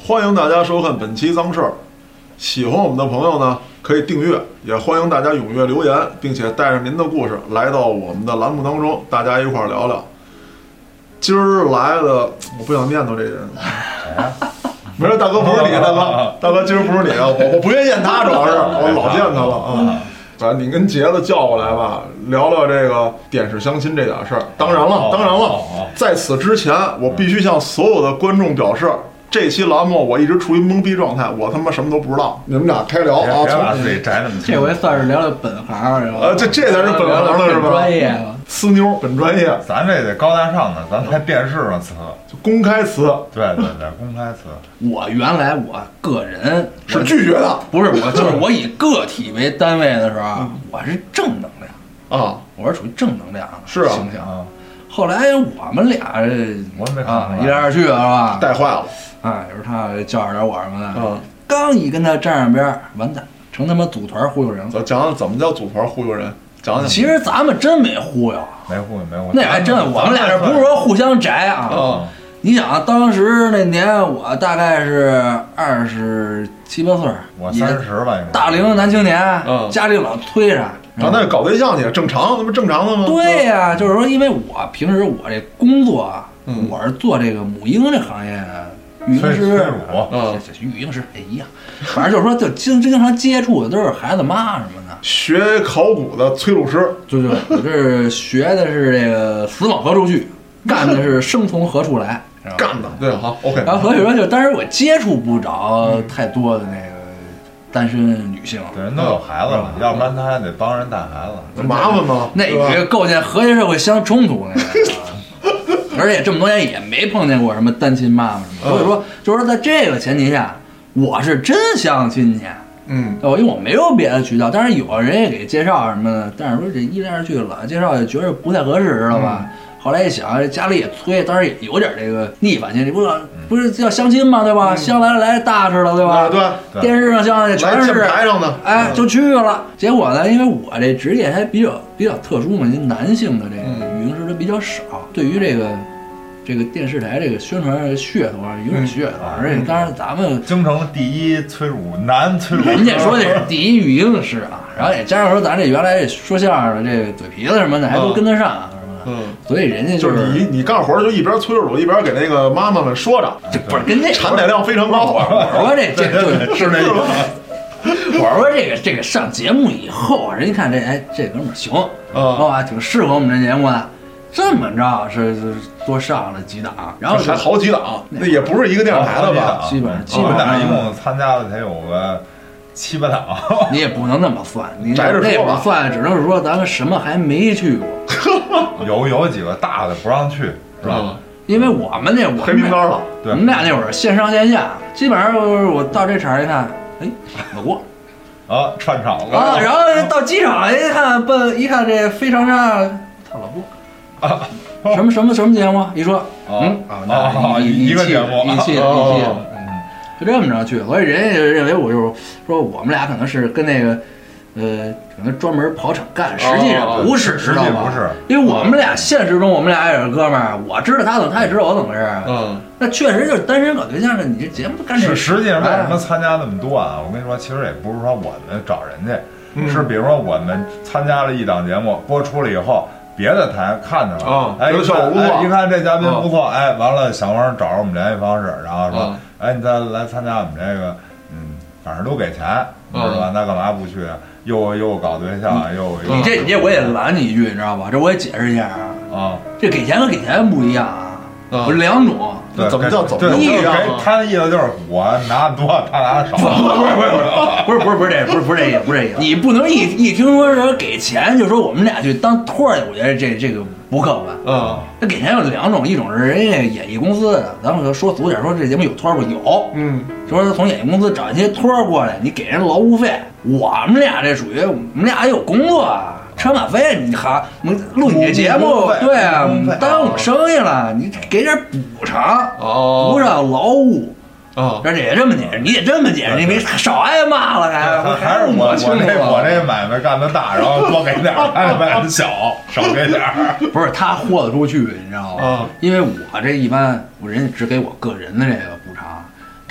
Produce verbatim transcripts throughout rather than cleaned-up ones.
欢迎大家收看本期脏事儿。喜欢我们的朋友呢，可以订阅，也欢迎大家踊跃留言，并且带着您的故事来到我们的栏目当中，大家一块儿聊聊。今儿来的，我不想念叨这人。没事，大哥不是你，大哥，大哥今儿不是你啊，我我不愿意见他，主要是我老见他了啊。反正你跟杰子叫过来吧，聊聊这个电视相亲这点事儿。当然了，当然了，在此之前，我必须向所有的观众表示。这期栏目我一直处于懵逼状态，我他妈什么都不知道。你们俩开聊啊！ 别把自己摘那么这回算是聊聊本行， 呃，这这才是本行了，是吧？ 专业了， 呲妞本专业， 咱这得高大上的，咱在电视上呲， 就公开呲。 对对对，公开呲。 我原来我个人是拒绝的， 不是我，就是我以个体为单位的时候，嗯、我是正能量啊， 我是属于正能量是形象。 啊、 后来我们俩我没看啊，一来二去了是吧？ 带坏了。 啊，有时候他叫着点我什么的， 嗯， 刚一跟他站上边，完蛋，成他妈组团忽悠人了。 讲讲怎么叫组团忽悠人？讲讲。 其实咱们真没忽悠， 没忽悠，没忽悠。 那还真，我们俩这不是说互相宅啊。 嗯， 你想啊，当时那年我大概是二十七八岁， 我三十吧， 大龄男青年， 嗯， 家里老催着。 啊，那搞对象去正常，那不正常的吗？ 对呀、啊，就是说，因为我平时我这工作啊， 嗯、 我是做这个母婴这行业的。育婴师， 嗯， 育婴师也一样，反正就是说，就经经常接触的都是孩子妈什么的。 学考古的催乳师， 对对，我这是学的是这个死往何处去，干的是生从何处来， 干的对好 OK。 然后所以说，就当时我接触不着太多的那个单身女性， 对，人都有孩子了，要不然他还得帮人带孩子， 麻烦吗？ 那个构建和谐社会相冲突那个。而且这么多年也没碰见过什么单亲妈妈什么，所以说就是说在这个前提下，我是真相亲去， 嗯， 因为我没有别的渠道，当然有人也给介绍什么的，但是说这一来二去了，介绍也觉得不太合适，知道吧？嗯、后来一想，家里也催，当然也有点这个逆反心理，不是不是要相亲嘛，对吧？嗯、相来来大事了，对吧？ 对对， 电视上相全是台上的， 哎，就去了。结果呢，因为我这职业还比较比较特殊嘛，因为男性的这个育婴师都比较少，对于这个。这个电视台这个宣传噱头啊，有点噱头，而且当然咱们京城第一催乳男催乳， 人家说的是第一育婴师啊，然后也加上说咱这原来说相声的这个嘴皮子什么的还都跟得上，是吧？嗯，所以人家就是你你干活就一边催乳一边给那个妈妈们说着， 这不是跟这产奶量非常高。 我说这这是那个， 我说这个这个上节目以后啊，人家看这哎这哥们儿行，啊，挺适合我们这节目的。这么着是是多上了几档，然后还好几档，那也不是一个电视台的吧？ 基本上基本上一共参加了得有个七八档。 你也不能那么算，你那么算只能是说咱们什么还没去过。 有有几个大的不让去，是吧？ 嗯、因为我们那我黑名单了， 我们俩那会儿线上线下，基本上我到这场一看，哎，老郭。 啊，串场了啊！然后到机场一看，奔一看这飞长沙，他老郭。啊，什么什么什么节目？一说，嗯啊，那一一个节目， 一气一气，嗯，就这么着去。所以人家就认为我就是说我们俩可能是跟那个，呃，可能专门跑场干，实际上不是， 知道吗？不是， 因为我们俩现实中我们俩也是哥们儿，我知道他怎么，他也知道我怎么回事。 嗯， 那确实就是单身搞对象的，你这节目干这。 是实际上为什么参加那么多啊？我跟你说，其实也不是说我们找人家，是比如说我们参加了一档节目，播出了以后。别的台看着了， 啊， 哎，一看，哎，一看这嘉宾不错， 啊、 哎，完了，小王找着我们联系方式，然后说， 啊、 哎，你再来参加我们这个，嗯，反正都给钱，你知道吧？那干嘛不去？又又搞对象， 嗯、 又你这你这我也拦你一句，你知道吧？这我也解释一下啊， 啊， 这给钱和给钱不一样啊，有、啊、两种。 对，怎么叫怎么不一样？ 他的意思就是我拿的多，他拿的少。 不是不是不是不是不是这不是不是这意思不是这意思。你不能一一听说是给钱就说我们俩去当托儿去，我觉得这这个不客观。 嗯， 那给钱有两种，一种是人家演艺公司的，咱们说俗点说这节目有托儿不有？嗯，说他从演艺公司找一些托儿过来，你给人劳务费。我们俩这属于我们俩有工作啊。车马费，你还录你这节目，对啊，耽误生意了，你给点补偿， 哦， 补上劳务， 啊， 这也这么解释，你也这么解释，你别少挨骂了，还还是我我这我这买卖干的大，然后多给点，他买的小，少给点。 不是他豁得出去，你知道吗？因为我这一般，我人家只给我个人的这个补偿。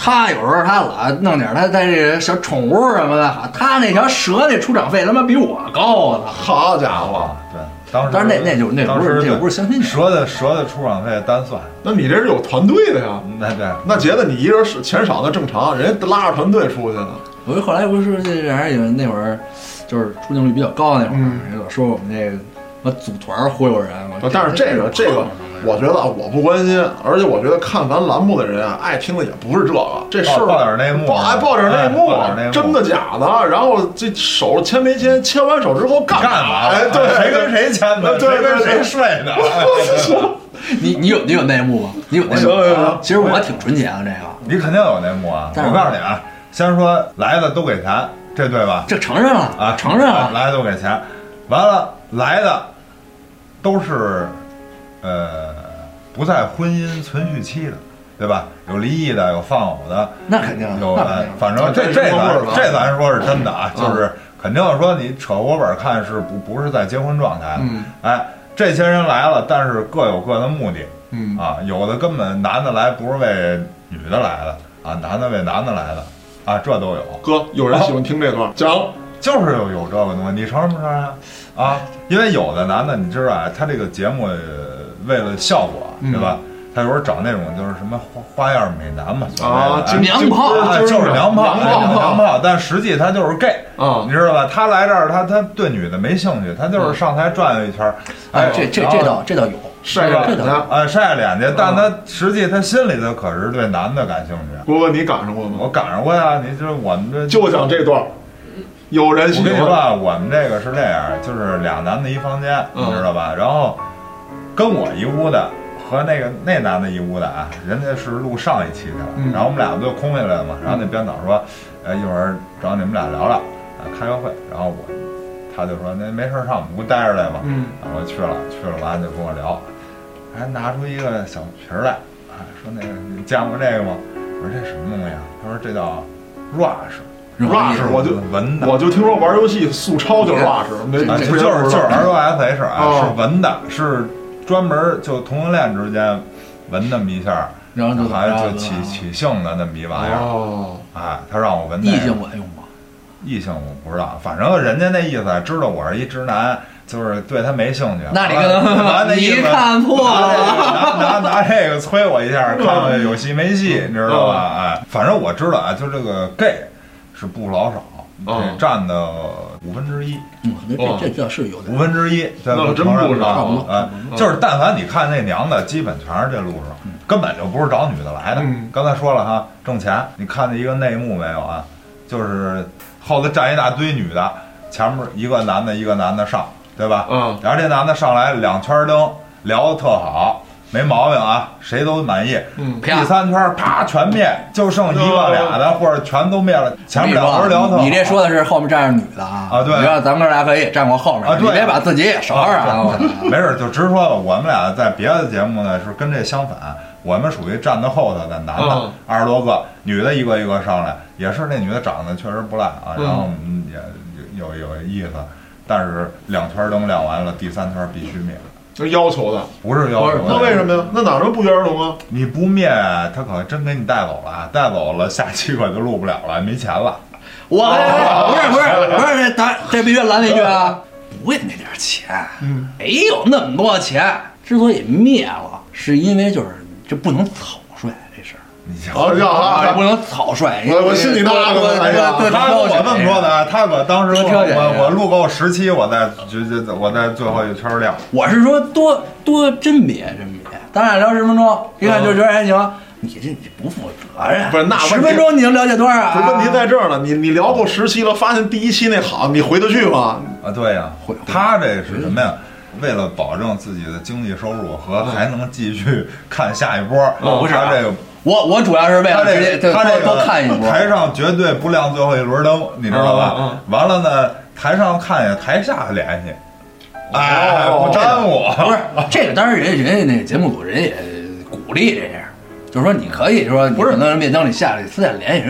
他有时候他老弄点他他这个小宠物什么的，他那条蛇那出场费他妈比我高呢。 好家伙！ 对，当时但是那那就那不是那不是相亲蛇的蛇的出场费单算。 那你这是有团队的呀？ 那对， 那觉得你一人钱少那正常，人家拉着团队出去呢。 我后来不是这人有那会儿就是出镜率比较高那会儿，人老说我们这个我组团忽悠人。 但是这个这个，我觉得我不关心，而且我觉得看咱栏目的人啊，爱听的也不是这个，这事儿报点内幕， 报哎报点内幕，真的假的？然后这手签没签？签完手之后干嘛？ 哎，对， 谁跟谁签的？谁跟谁睡的？ 你你有你有内幕吗？你有内幕？其实我挺纯洁的这个， 你肯定有内幕啊！我告诉你啊，先说来的都给钱，这对吧？ 这承认了啊， 承认了， 来的都给钱，完了来的都是呃不在婚姻存续期的，对吧？有离异的，有放偶的， 那肯定有，反正这这咱这咱说是真的啊，就是肯定说你扯国本看是不不是在结婚状态， 嗯， 哎，这些人来了，但是各有各的目的， 嗯啊，有的根本男的来不是为女的来的啊，男的为男的来的啊，这都有。 哥，有人喜欢听这段，讲就是有有这个东西，你承认不承认啊？因为有的男的，你知道啊，他这个节目为了效果，对吧？嗯，他有时候找那种就是什么花花样美男嘛， 啊， 娘炮， 就是娘炮， 娘炮，娘炮，但实际他就是 gay 啊，你知道吧？他来这儿，他他对女的没兴趣，他就是上台转悠一圈。 哎，这这这倒这倒有， 晒晒脸去， 哎，晒晒脸去，但他实际他心里头可是对男的感兴趣。 郭哥，你赶上过吗？ 我赶上过呀，你就是我们这就讲这段。有人喜欢。 我跟你说啊，我们这个是这样，就是俩男的一房间， 嗯、 你知道吧？然后跟我一屋的和那个那男的一屋的啊，人家是录上一期去了，嗯、然后我们俩不就空下来了嘛。然后那编导说，呃，一会儿找你们俩聊聊，啊，开个会。然后我他就说，那没事上我们屋待着来吧。 嗯， 然后去了，去了完就跟我聊，还拿出一个小瓶来，啊，说那个你见过这个吗？我说这什么东西啊？他说这叫 rush。 rush 我就文的， 我就听说玩游戏速超就是 rush， 没就是就是 R U S H 啊，是文的，是专门就同性恋之间闻那么一下， 然后还就起起性的那么一玩意儿。 哦， 哎，他让我闻。 异性管用吗？ 异性我不知道，反正人家那意思知道我是一直男，就是对他没兴趣。 那你跟你看破了， 拿拿拿这个催我一下，看看有戏没戏，你知道吧？哎，反正我知道啊，就这个 gay。是不老少，这占的五分之一。 嗯，这这这是有的。 五分之一， 那真不少。哎，就是但凡你看那娘的，基本全是这路上，根本就不是找女的来的。刚才说了哈，挣钱。你看见一个内幕没有啊？就是后头站一大堆女的，前面一个男的，一个男的上，对吧？ 嗯。 然后这男的上来两圈灯，聊得特好。没毛病啊，谁都满意。 嗯， 第三圈啪全灭，就剩一个俩的，或者全都灭了。前面两轮聊特好。 你这说的是后面站着女的啊？ 啊，对。 你让咱们哥俩可以站过后面啊，对。 你别把自己也勺上啊！ 没事，就直说吧。我们俩在别的节目呢是跟这相反，我们属于站到后头的男的二十多个，女的一个一个上来，也是那女的长得确实不赖啊，然后嗯也有有意思，但是两圈灯亮完了，第三圈必须灭。 这要求的不是要求的， 那为什么呀？那哪能不约而同啊？ 你不灭，他可真给你带走了，带走了，下期可就录不了了，没钱了。 我不是不是不是，咱这必须拦一句啊，不为那点钱， 嗯， 没有那么多钱。之所以灭了，是因为就是这不能草率这事儿。 你好叫啊， 不能草率。 我我信你那个， 对对对， 他跟我这么说的，他搁当时我我录够十期，我在就就我在最后一圈亮。 我是说多多真别真别，咱俩聊十分钟，一看就觉得还行。你这你不负责任， 不是那十分钟你能了解多少啊？ 问题在这儿呢，你你聊够十期了，发现第一期那好，你回得去吗？ 啊，对呀，他这是什么呀？为了保证自己的经济收入和还能继续看下一波， 不是他这个。 我我主要是为了他这个他这多看一波， 台上绝对不亮最后一轮灯，你知道吧？ 嗯嗯、 完了呢，台上看见，台下联系，哎，不耽误。 不是这个，当然人人家那个节目组人也鼓励这样，就是说你可以说不是能灭灯，你下来私下联系人不管，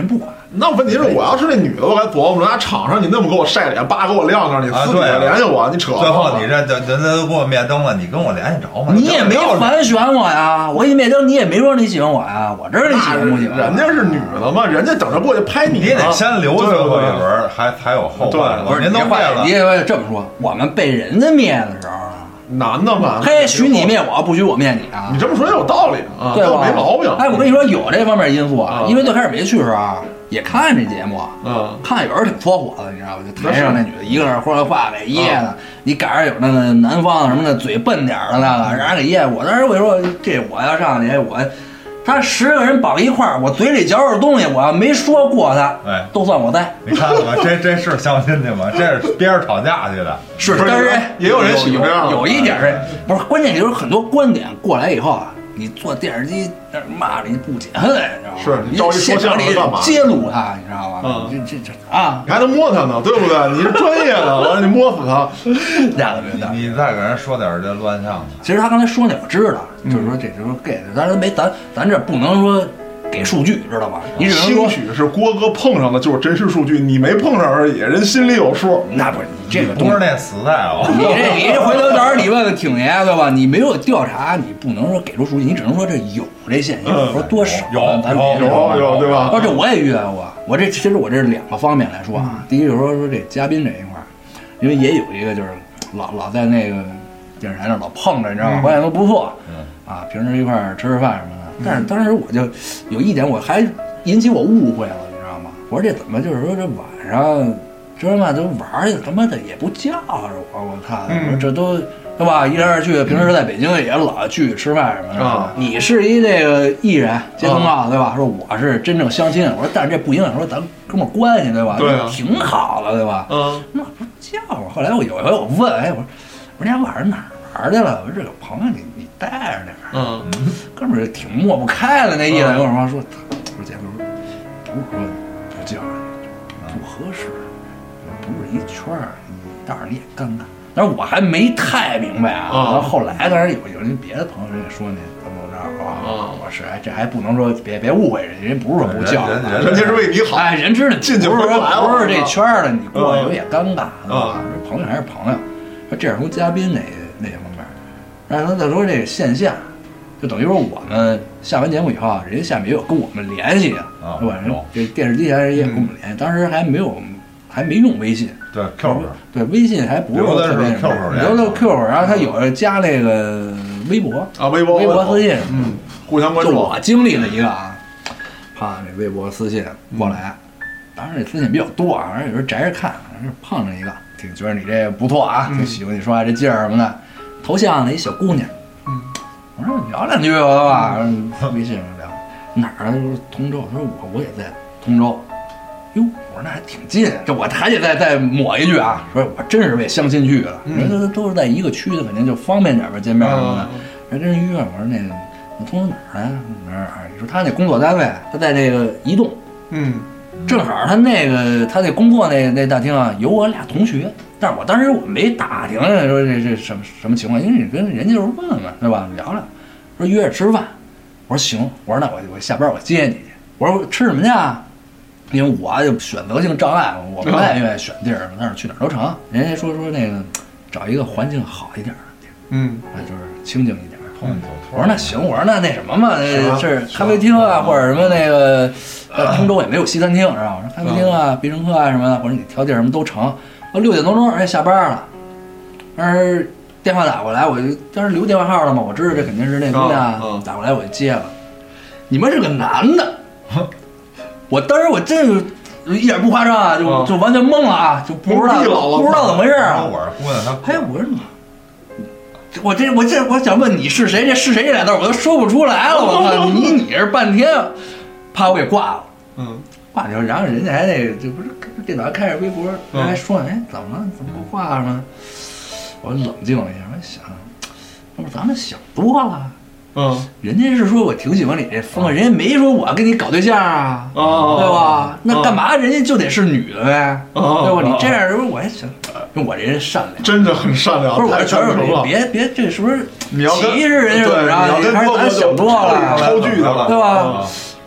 那问题是，我要是那女的，我该琢磨着，那场上你那么给我晒脸，叭给我晾着，你私底下联系我，你扯。 最后你这人人都给我灭灯了，你跟我联系着吗？ 你也没反选我呀，我给你灭灯，你也没说你喜欢我呀，我知道你喜欢不喜欢。 人家是女的嘛，人家等着过去拍你， 你得先留最后一轮，还才有后半。 不是您都灭了， 你也这么说，我们被人家灭的时候。 男的嘛， 嘿，许你灭我，不许我灭你啊！ 你这么说也有道理啊， 对吧？ 没毛病。 哎，我跟你说，有这方面因素啊，因为最开始没去的时候啊，也看这节目， 嗯， 看有人挺搓火的，你知道吧？就台上那女的一个人说话给噎的，你赶上有那个南方什么的嘴笨点的那个，让人给噎。我当时我就说，这我要上去，我。他十个人绑一块儿，我嘴里嚼着东西，我要没说过他， 哎， 都算我在。 你看了吗？这这是相亲去吗？这是别人吵架去的。 是，但是也有人喜欢这样， 有一点是，不是关键就是很多观点过来以后啊，你做电视机骂你不解恨，你知道吗？ 是你着急说相声干嘛？ 揭露他，你知道吗？ 嗯， 这这这啊， 你还能摸他呢，对不对？你是专业的，完了你摸死他， 那个别的。 你再给人说点这乱象的。 其实他刚才说那我知道，就是说这就是说给的，但是没咱咱这不能说。给数据知道吧？你只能说， 兴许是郭哥碰上的就是真实数据，你没碰上而已，人心里有数。 那不是你这个不是那死在哦。 你这你这回头到时候你问问挺爷对吧？你没有调查，你不能说给出数据，你只能说这有这现象，说多少有咱有有有对吧？ 而且我也遇到过，我这其实我这是两个方面来说啊。第一就是说说这嘉宾这一块，因为也有一个就是老老在那个电视台那老碰着，你知道吗？关系都不错，啊，平时一块吃吃饭什么的。但是当时我就有一点，我还引起我误会了，你知道吗？我说这怎么就是说这晚上吃完饭都玩去，他妈的也不叫着我，我操！我说这都对吧？一来二去，平时在北京也老去吃饭什么的。啊、你是一这个艺人接通告、啊、对吧？说我是真正相亲，我说但是这不影响说咱哥们关系对吧？ 对、啊， 挺好的对吧？ 嗯， 那不叫我。后来我有一回我问，哎，我说我说你俩晚上哪儿玩去了？我说这个朋友你你带着点。 嗯， 哥们儿挺抹不开的那意思，跟我说说，说姐夫说，不是说不叫你，不合适，不是一圈儿，你到时候你也尴尬。但是我还没太明白啊。然后后来当然有有人别的朋友人也说那怎么怎么着啊，我是哎这还不能说别别误会人，人不是说不叫， 人家是为你好。 哎，人知道进去不是说不是这圈儿的，你过去也尴尬啊。朋友还是朋友，说这是从嘉宾那那方面，然后他再说这个线下。就等于说我们下完节目以后啊，人家下面也有跟我们联系啊，对吧？这电视机前人也跟我们联系，当时还没有还没用微信， 对 Q Q， 对微信还不是特别 Q Q， 留的 Q Q， 然后他有加那个微博啊，微博微博私信， 嗯，互相关注。 就我经历了一个啊，啪，这微博私信过来，当然这私信比较多啊，反正有时候摘着看，碰着一个，挺觉得你这不错啊，挺喜欢你说话这劲儿什么的，头像呢一小姑娘。我说聊两句吧，微信上聊哪儿呢？就是通州。他说我我也在通州。哟，我说那还挺近，这我还得再再抹一句啊，说我真是为相亲去了。人都都是在一个区的，肯定就方便点吧，见面什么的。人跟人约，我说那个你通州哪儿来？哪儿？你说他那工作单位，他在这个移动， 嗯， 正好他那个他那工作那那大厅啊，有我俩同学。但是我当时我没打听说这这什么什么情况，因为你跟人家就是问问对吧，聊聊，说约着吃饭，我说行，我说那我我下班我接你去，我说吃什么去啊？因为我就选择性障碍，我不太愿意选地儿，但是去哪儿都成。人家说说那个找一个环境好一点的地儿，嗯，那就是清静一点。我说那行，我说那那什么嘛，是咖啡厅啊，或者什么那个，呃，通州也没有西餐厅，是吧？我说咖啡厅啊、必胜客啊什么的，或者你挑地儿什么都成。我六点多钟，哎，下班了，但是电话打过来，我就当时留电话号了嘛，我知道这肯定是那姑娘打过来，我就接了。你们是个男的，我当时我真是一点不夸张啊，就就完全懵了啊，就不知道不知道怎么回事啊。 我是姑娘，她哎，我说我这我这我想问你是谁？这是谁这俩字我都说不出来了，我操！你你是半天，怕我给挂了，嗯。挂掉，然后人家还得这不是电脑开着微博，人还说呢，哎，怎么了？怎么不挂了呢？我冷静了一下，我想，要不咱们想多了。嗯，人家是说我挺喜欢你这风格，人家没说我要跟你搞对象啊，对吧？那干嘛人家就得是女的呗，对吧？你这样，我还想，我这人善良， 真的很善良。 不是我觉得别别这是不是歧视人家怎么着？你还是咱想多了， 超巨的了， 对吧？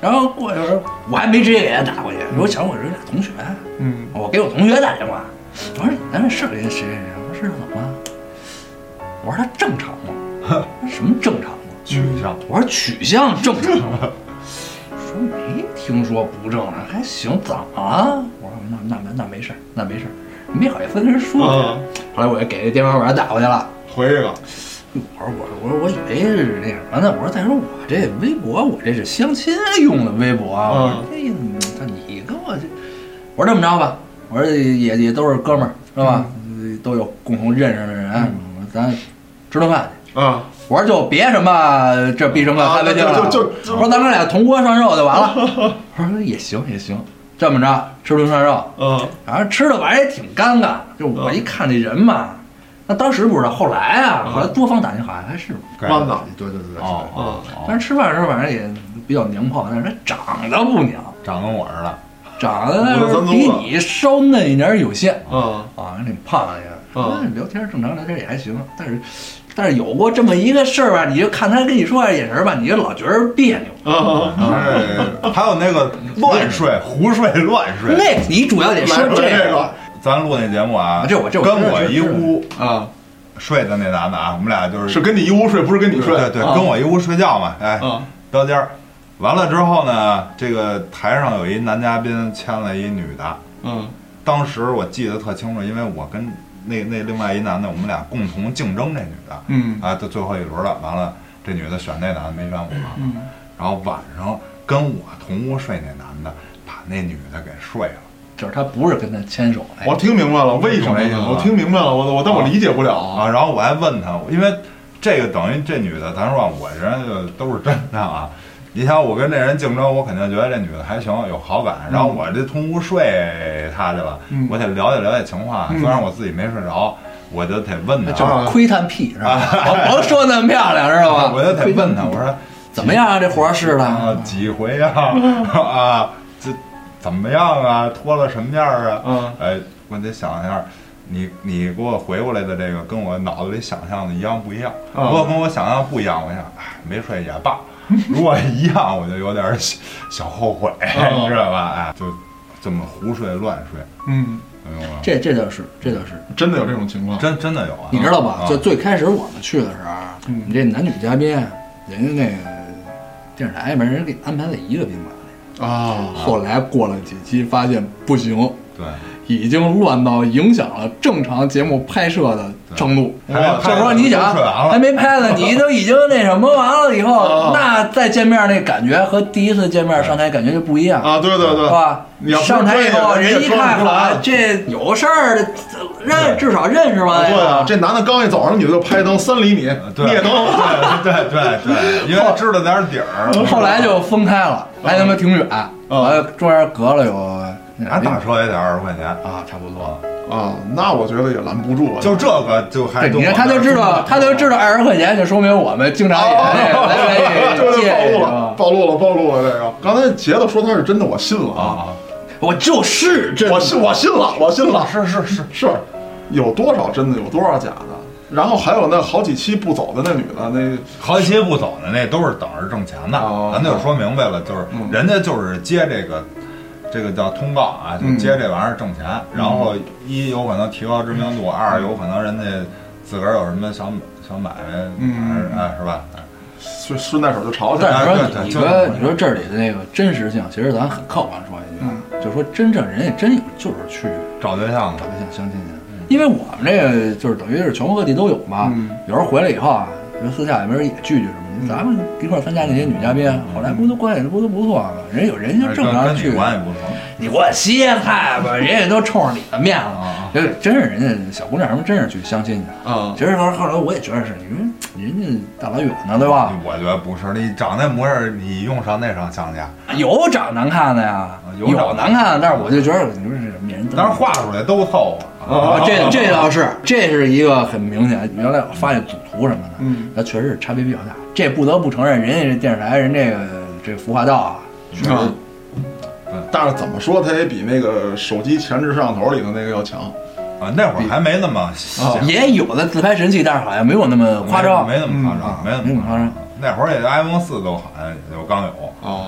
然后过一会儿我还没直接给他打过去，我想我这俩同学， 嗯， 我给我同学打电话，我说咱这是谁谁谁？我说是怎么了？我说他正常吗？什么正常吗？ 取向。 我说取向正常吗？说没听说不正常，还行，怎么了？我说那那那那没事那没事没好意思跟人说。 啊、 后来我也给电话把他打过去了， 回一个。 我说我我说我以为是那什么呢？我说再说我这微博，我这是相亲用的微博啊。我说这那你跟我这，我说这么着吧，我说也也都是哥们儿是吧？嗯、都有共同认识的人，嗯、我说咱吃顿饭去。 啊。 我说就别什么这必胜客咖啡厅了， 啊、就就就我说咱们俩同锅涮肉就完了。我说也行也行，这么着吃顿涮肉， 嗯， 反正吃的玩意儿也挺尴尬。就我一看这人嘛，那当时不知道，后来啊，后来多方打听好像还是弯子， 对对对， 哦哦。 但是吃饭的时候反正也比较娘炮，但是他长得不娘， 长跟我似的， 长得比你稍嫩一点有限， 嗯啊，挺胖的也，嗯，聊天正常聊天也还行，但是。但是有过这么一个事儿吧，你就看他跟你说话眼神吧，你就老觉得别扭。 啊，哎，还有那个乱睡、胡睡、乱睡。 那你主要得说这个。 咱录那节目啊， 这我这跟我一屋啊睡的那男的啊，我们俩就是是跟你一屋睡，不是跟你睡。 对对，跟我一屋睡觉嘛，哎，标间儿。完了之后呢，这个台上有一男嘉宾牵了一女的， 嗯， 当时我记得特清楚，因为我跟。那那另外一男的，我们俩共同竞争这女的， 嗯啊，到最后一轮了，完了这女的选那男的没选我， 嗯， 然后晚上跟我同屋睡那男的把那女的给睡了， 就是他不是跟他牵手， 我听明白了，为什么呀？我听明白了，我我但我理解不了啊。然后我还问他，因为这个等于这女的，咱说吧，我人就都是真的啊。你想我跟这人竞争，我肯定觉得这女的还行，有好感。然后我这同屋睡她去了， 嗯、 我得了解了解情况。 嗯、 虽然我自己没睡着，我就得问她， 就是窥探癖是吧？甭说那么漂亮知道吧？ 我就得问她，我说怎么样啊？这活试的啊？几回啊？啊，这怎么样啊？脱了什么样啊？ 嗯， 哎，我得想一下。你你给我回过来的这个跟我脑子里想象的一样不一样？如果跟我想象不一样，我想，哎，没睡也罢。如果一样，我就有点小小后悔，你知道吧？哎，就这么胡睡乱睡， 嗯， 这这倒是，这倒是真的有这种情况， 真真的有啊！ 你知道吧？就最开始我们去的时候，你这男女嘉宾，人家那个电视台里面人给安排在一个宾馆里啊， 后来过了几期，发现不行， 对。 已经乱到影响了正常节目拍摄的程度。 就是说你想还没拍呢，你都已经那什么完了以后，哦、那再见面那感觉和第一次见面上台感觉就不一样啊！对对对， 是吧？上台以后人一看，啊，这有事儿，认至少认识吧？ 对啊，这男的刚一走上，女的就拍灯三厘米灭灯， 对对对对，因为知道点底儿。 后来就分开了，还他妈挺远，完了中间隔了有。 俺打车也得二十块钱啊，差不多啊，那我觉得也拦不住啊。 就这个就还你看他就知道，他就知道二十块钱，就说明我们经常也来来借。暴露了，暴露了，暴露了这个。刚才杰子说他是真的，我信了啊， 我就是真， 我信，我信了，我信了， 是是是是，有多少真的，有多少假的？然后还有那好几期不走的那女的，那好几期不走的那都是等着挣钱的，咱就说明白了，就是人家就是接这个。这个叫通告啊，就接这玩意儿挣钱， 嗯、 然后一有可能提高知名度，二有可能人家自个儿有什么小小买卖， 嗯， 哎，是吧？ 顺顺带手就炒起来。 但是说你说你说这里的那个真实性，其实咱很客观说一句， 嗯、 就是说真正人家真有就是去找对象、 找对象相亲去，因为我们这个就是等于是全国各地都有嘛， 嗯、 有时候回来以后啊，就私下里边也聚聚什么。咱们一块参加那些女嘉宾，后来不都关系不都不错吗？人有人就正常去， 关系不错。 你给我歇菜吧，人家都冲着你的面了。这真是人家小姑娘什么真是去相亲去啊！ 其实后来我也觉得是，你说人家大老远的对吧？ 我觉得不是，你长那模样，你用上那上相去？ 有长难看的呀，有难看的，但是我就觉得你说是面人， 但是画出来都凑合。 啊，这这倒是，这是一个很明显。原来我发现组图什么的， 嗯， 那确实是差别比较大。这不得不承认，人家这电视台人这个这个服化道啊，确实。 但是怎么说，它也比那个手机前置摄像头里头那个要强啊。那会儿还没那么， 也有的自拍神器，但是好像没有那么夸张， 没那么夸张，没那么夸张。 那会儿也 iPhone 四都好像有刚有哦，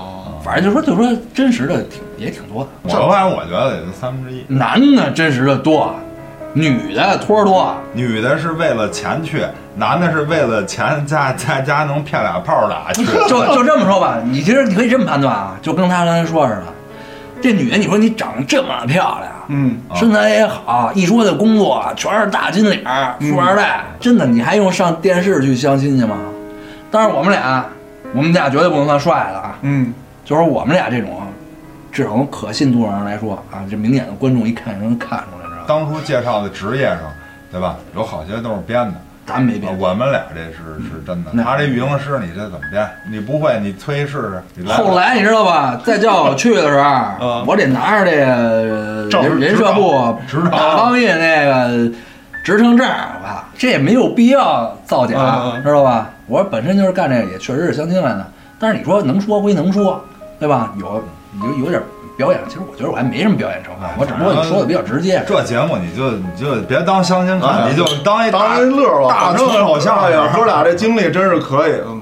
反正就说就说真实的挺也挺多的。 我反正我觉得也就三分之一。 男的真实的多，女的托儿多。 女的是为了钱去，男的是为了钱在在家能骗俩炮打去。 就就这么说吧，你其实你可以这么判断啊，就跟他刚才说似的，这女的你说你长得这么漂亮， 嗯， 身材也好，一说这工作全是大金领，富二代，嗯、真的你还用上电视去相亲去吗？当然我们俩，我们俩绝对不能算帅的啊， 嗯， 就是我们俩这种，至少从可信度上来说啊，这明眼的观众一看就能看出来，知道吧？ 当初介绍的职业上，对吧？有好些都是编的。 咱没编， 我们俩这是是真的。他这育婴师，你这怎么编？你不会，你推试试。你来后来你知道吧？再叫我去的时候，嗯、我得拿着这个人人社部大方印那个职称证，我这也没有必要造假，嗯、知道吧？我本身就是干这个，也确实是相亲来的。但是你说能说归能说，对吧？有有有点。表演，其实我觉得我还没什么表演成分，我只不过你说的比较直接。 这节目你就你就别当相亲看，你就当一当一乐吧。 大众好相声， 哥俩这经历真是可以。